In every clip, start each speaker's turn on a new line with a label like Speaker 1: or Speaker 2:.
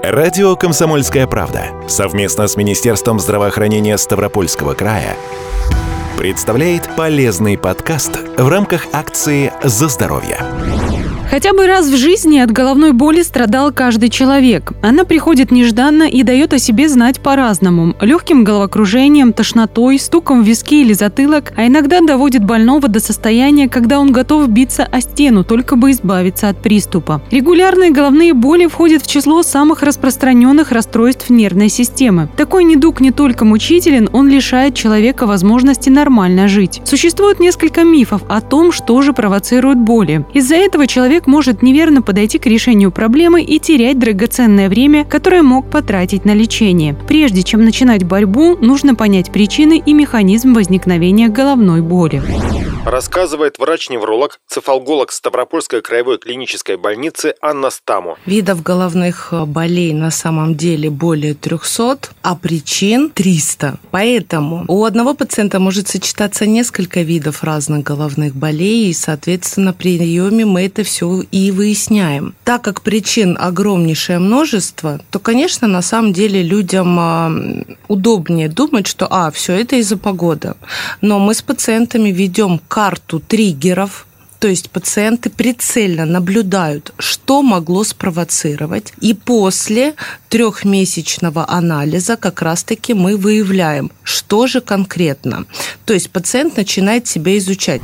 Speaker 1: Радио «Комсомольская правда» совместно с Министерством здравоохранения Ставропольского края представляет полезный подкаст в рамках акции «За здоровье».
Speaker 2: Хотя бы раз в жизни от головной боли страдал каждый человек. Она приходит нежданно и дает о себе знать по-разному. Легким головокружением, тошнотой, стуком в виски или затылок, а иногда доводит больного до состояния, когда он готов биться о стену, только бы избавиться от приступа. Регулярные головные боли входят в число самых распространенных расстройств нервной системы. Такой недуг не только мучителен, он лишает человека возможности нормально жить. Существует несколько мифов о том, что же провоцирует боли. Из-за этого человек может неверно подойти к решению проблемы и терять драгоценное время, которое мог потратить на лечение. Прежде чем начинать борьбу, нужно понять причины и механизм возникновения головной боли.
Speaker 3: Рассказывает врач-невролог, цефалголог Ставропольской краевой клинической больницы Анна Стамо.
Speaker 4: Видов головных болей на самом деле более 300, а причин 300. Поэтому у одного пациента может сочетаться несколько видов разных головных болей, и, соответственно, при приеме мы это все и выясняем. Так как причин огромнейшее множество, то, конечно, на самом деле людям удобнее думать, что все это из-за погоды. Но мы с пациентами ведем карту триггеров, то есть пациенты прицельно наблюдают, что могло спровоцировать. И после 3-месячного анализа как раз-таки мы выявляем, что же конкретно. То есть пациент начинает себя изучать.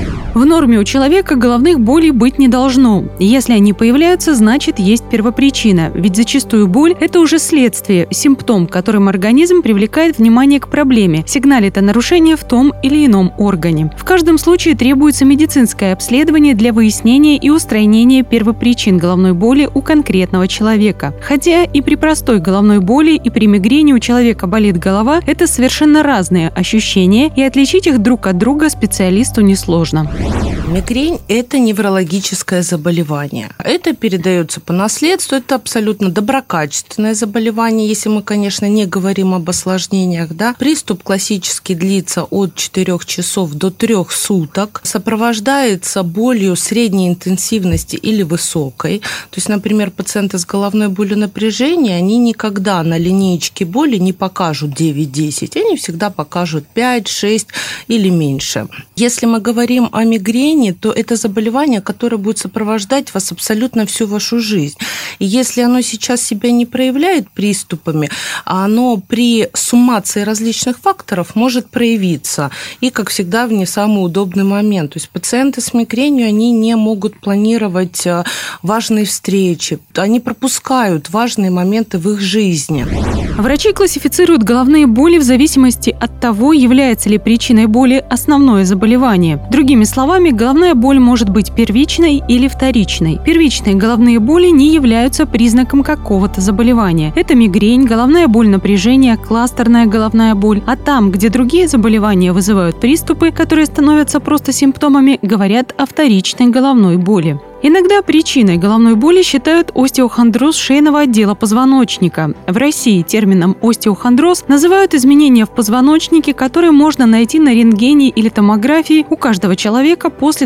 Speaker 2: В норме у человека головных болей быть не должно. Если они появляются, значит, есть первопричина. Ведь зачастую боль – это уже следствие, симптом, которым организм привлекает внимание к проблеме, сигналит о нарушении в том или ином органе. В каждом случае требуется медицинское обследование для выяснения и устранения первопричин головной боли у конкретного человека. Хотя и при простой головной боли, и при мигрени у человека болит голова – это совершенно разные ощущения, и отличить их друг от друга специалисту несложно.
Speaker 4: Мигрень – это неврологическое заболевание. Это передается по наследству, это абсолютно доброкачественное заболевание, если мы, конечно, не говорим об осложнениях. Да? Приступ классически длится от 4 часов до 3 суток, сопровождается болью средней интенсивности или высокой. То есть, например, пациенты с головной болью напряжения, они никогда на линеечке боли не покажут 9-10, они всегда покажут 5-6 или меньше. Если мы говорим о мигрени, то это заболевание, которое будет сопровождать вас абсолютно всю вашу жизнь. И если оно сейчас себя не проявляет приступами, а оно при суммации различных факторов может проявиться. И, как всегда, в не самый удобный момент. То есть пациенты с мигренью, они не могут планировать важные встречи, они пропускают важные моменты в их жизни.
Speaker 2: Врачи классифицируют головные боли в зависимости от того, является ли причиной боли основное заболевание. Другими словами, головная боль может быть первичной или вторичной. Первичные головные боли не являются признаком какого-то заболевания. Это мигрень, головная боль напряжения, кластерная головная боль. А там, где другие заболевания вызывают приступы, которые становятся просто симптомами, говорят о вторичной головной боли. Иногда причиной головной боли считают остеохондроз шейного отдела позвоночника. В России термином остеохондроз называют изменения в позвоночнике, которые можно найти на рентгене или томографии у каждого человека после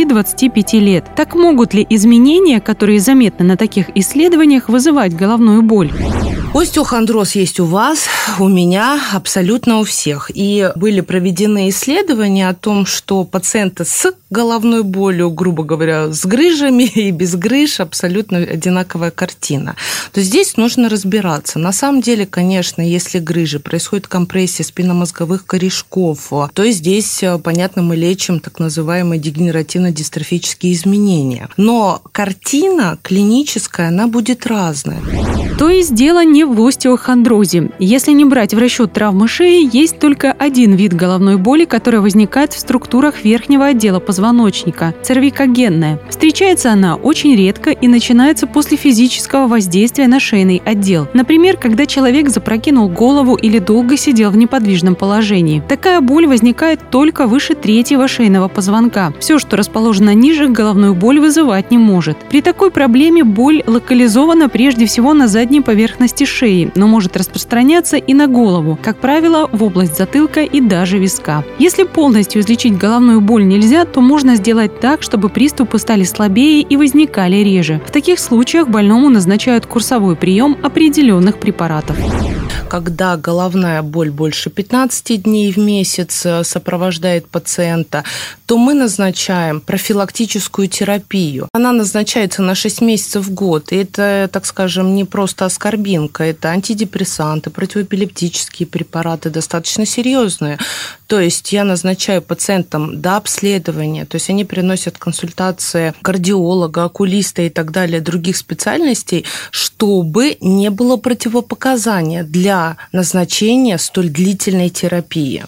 Speaker 2: 20-25 лет. Так могут ли изменения, которые заметны на таких исследованиях, вызывать головную боль?
Speaker 4: Остеохондроз есть у вас, у меня, абсолютно у всех. И были проведены исследования о том, что пациенты с головной болью, грубо говоря, с грыжами и без грыж, абсолютно одинаковая картина. То есть здесь нужно разбираться. На самом деле, конечно, если грыжи, происходит компрессия спинномозговых корешков, то здесь, понятно, мы лечим так называемые дегенеративно-дистрофические изменения. Но картина клиническая, она будет разная.
Speaker 2: То есть дело не в остеохондрозе. Если не брать в расчет травмы шеи, есть только один вид головной боли, который возникает в структурах верхнего отдела позвоночника – цервикогенная. Встречается она очень редко и начинается после физического воздействия на шейный отдел. Например, когда человек запрокинул голову или долго сидел в неподвижном положении. Такая боль возникает только выше 3-го шейного позвонка. Все, что расположено ниже, головную боль вызывать не может. При такой проблеме боль локализована прежде всего на задней поверхности шеи, но может распространяться и на голову, как правило, в область затылка и даже виска. Если полностью излечить головную боль нельзя, то можно сделать так, чтобы приступы стали слабее и возникали реже. В таких случаях больному назначают курсовой прием определенных препаратов.
Speaker 4: Когда головная боль больше 15 дней в месяц сопровождает пациента, то мы назначаем профилактическую терапию. Она назначается на 6 месяцев в год. И это, так скажем, не просто аскорбинка, это антидепрессанты, противоэпилептические препараты, достаточно серьезные. То есть я назначаю пациентам до обследования, то есть они приносят консультации кардиолога, окулиста и так далее, других специальностей, чтобы не было противопоказания для назначения столь длительной терапии.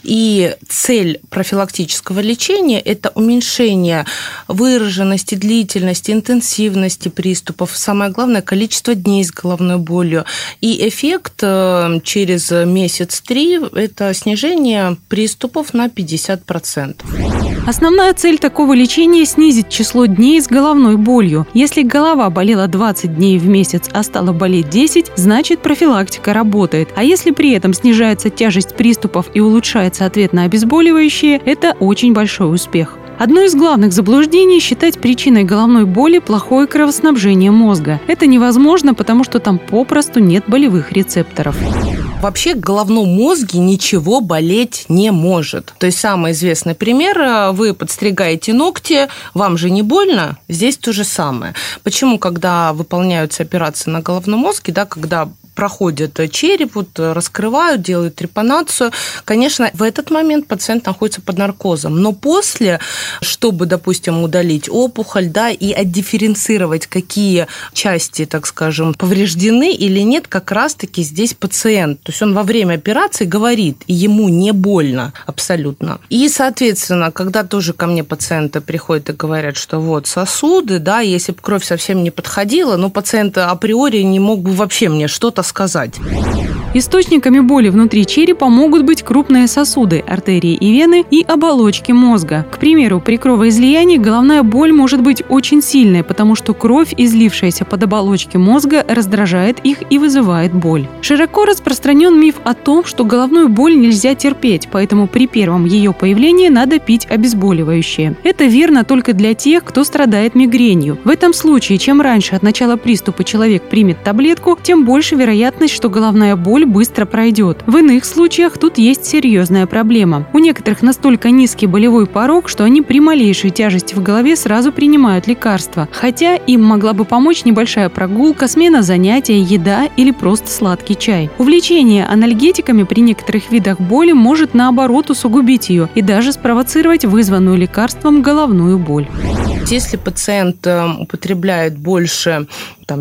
Speaker 4: И цель профилактического лечения – это уменьшение выраженности, длительности, интенсивности приступов, самое главное – количество дней с головной болью. И эффект через месяц-три – это снижение приступов на 50%.
Speaker 2: Основная цель такого лечения – снизить число дней с головной болью. Если голова болела 20 дней в месяц, а стала болеть 10, значит профилактика работает. А если при этом снижается тяжесть приступов и улучшается ответ на обезболивающие, это очень большой успех. Одно из главных заблуждений – считать причиной головной боли плохое кровоснабжение мозга. Это невозможно, потому что там попросту нет болевых рецепторов.
Speaker 4: Вообще в головном мозге ничего болеть не может. То есть самый известный пример – вы подстригаете ногти, вам же не больно, здесь то же самое. Почему, когда выполняются операции на головном мозге, когда проходят череп, раскрывают, делают трепанацию. Конечно, в этот момент пациент находится под наркозом. Но после, чтобы, допустим, удалить опухоль, и отдифференцировать, какие части, так скажем, повреждены или нет, как раз-таки здесь пациент. То есть он во время операции говорит, и ему не больно абсолютно. И, соответственно, когда тоже ко мне пациенты приходят и говорят, что сосуды, если бы кровь совсем не подходила, но пациент априори не мог бы вообще мне что-то сказать.
Speaker 2: Источниками боли внутри черепа могут быть крупные сосуды, артерии и вены и оболочки мозга. К примеру, при кровоизлиянии головная боль может быть очень сильной, потому что кровь, излившаяся под оболочки мозга, раздражает их и вызывает боль. Широко распространен миф о том, что головную боль нельзя терпеть, поэтому при первом ее появлении надо пить обезболивающее. Это верно только для тех, кто страдает мигренью. В этом случае, чем раньше от начала приступа человек примет таблетку, тем больше вероятность, что головная боль быстро пройдет. В иных случаях тут есть серьезная проблема. У некоторых настолько низкий болевой порог, что они при малейшей тяжести в голове сразу принимают лекарства, хотя им могла бы помочь небольшая прогулка, смена занятия, еда или просто сладкий чай. Увлечение анальгетиками при некоторых видах боли может наоборот усугубить ее и даже спровоцировать вызванную лекарством головную боль.
Speaker 4: Если пациент употребляет больше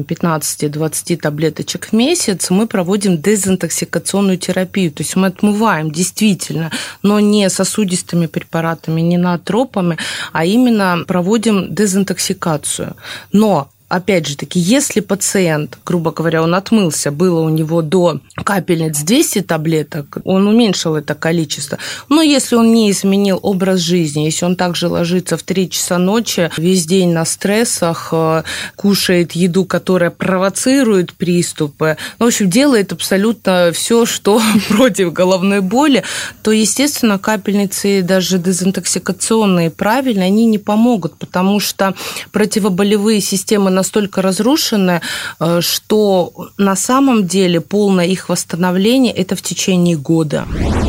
Speaker 4: 15-20 таблеточек в месяц, мы проводим дезинтоксикационную терапию. То есть мы отмываем действительно, но не сосудистыми препаратами, не ноотропами, а именно проводим дезинтоксикацию. Но опять же таки, если пациент, грубо говоря, он отмылся, было у него до капельниц 200 таблеток, он уменьшил это количество. Но если он не изменил образ жизни, если он также ложится в 3 часа ночи, весь день на стрессах, кушает еду, которая провоцирует приступы, в общем, делает абсолютно все, что против головной боли, то, естественно, капельницы, даже дезинтоксикационные, правильно, они не помогут, потому что противоболевые системы настолько разрушены, что на самом деле полное их восстановление – это в течение года.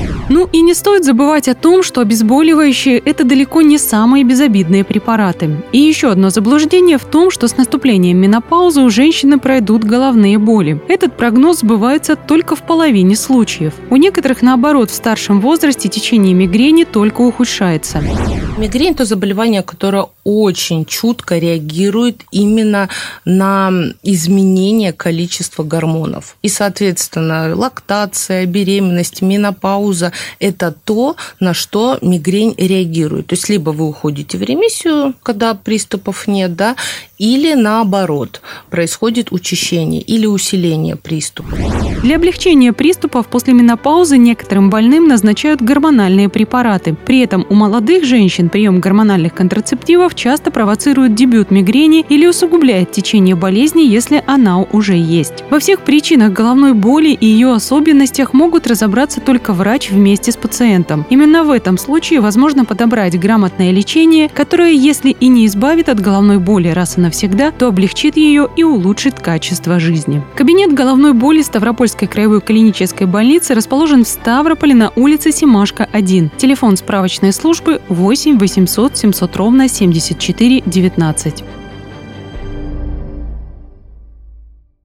Speaker 2: И не стоит забывать о том, что обезболивающие – это далеко не самые безобидные препараты. И еще одно заблуждение в том, что с наступлением менопаузы у женщины пройдут головные боли. Этот прогноз сбывается только в половине случаев. У некоторых, наоборот, в старшем возрасте течение мигрени только ухудшается.
Speaker 4: Мигрень – это заболевание, которое очень чутко реагирует именно на изменение количества гормонов. И, соответственно, лактация, беременность, менопауза – это то, на что мигрень реагирует. То есть либо вы уходите в ремиссию, когда приступов нет, или наоборот, происходит учащение или усиление приступов.
Speaker 2: Для облегчения приступов после менопаузы некоторым больным назначают гормональные препараты. При этом у молодых женщин прием гормональных контрацептивов часто провоцирует дебют мигрени или усугубляет течение болезни, если она уже есть. Во всех причинах головной боли и ее особенностях могут разобраться только врач вместе с пациентом. Именно в этом случае возможно подобрать грамотное лечение, которое, если и не избавит от головной боли раз и навсегда, то облегчит ее и улучшит качество жизни. Кабинет головной боли Ставропольской краевой клинической больницы расположен в Ставрополе на улице Семашко, 1. Телефон справочной службы 8 800 700 ровно 74 19.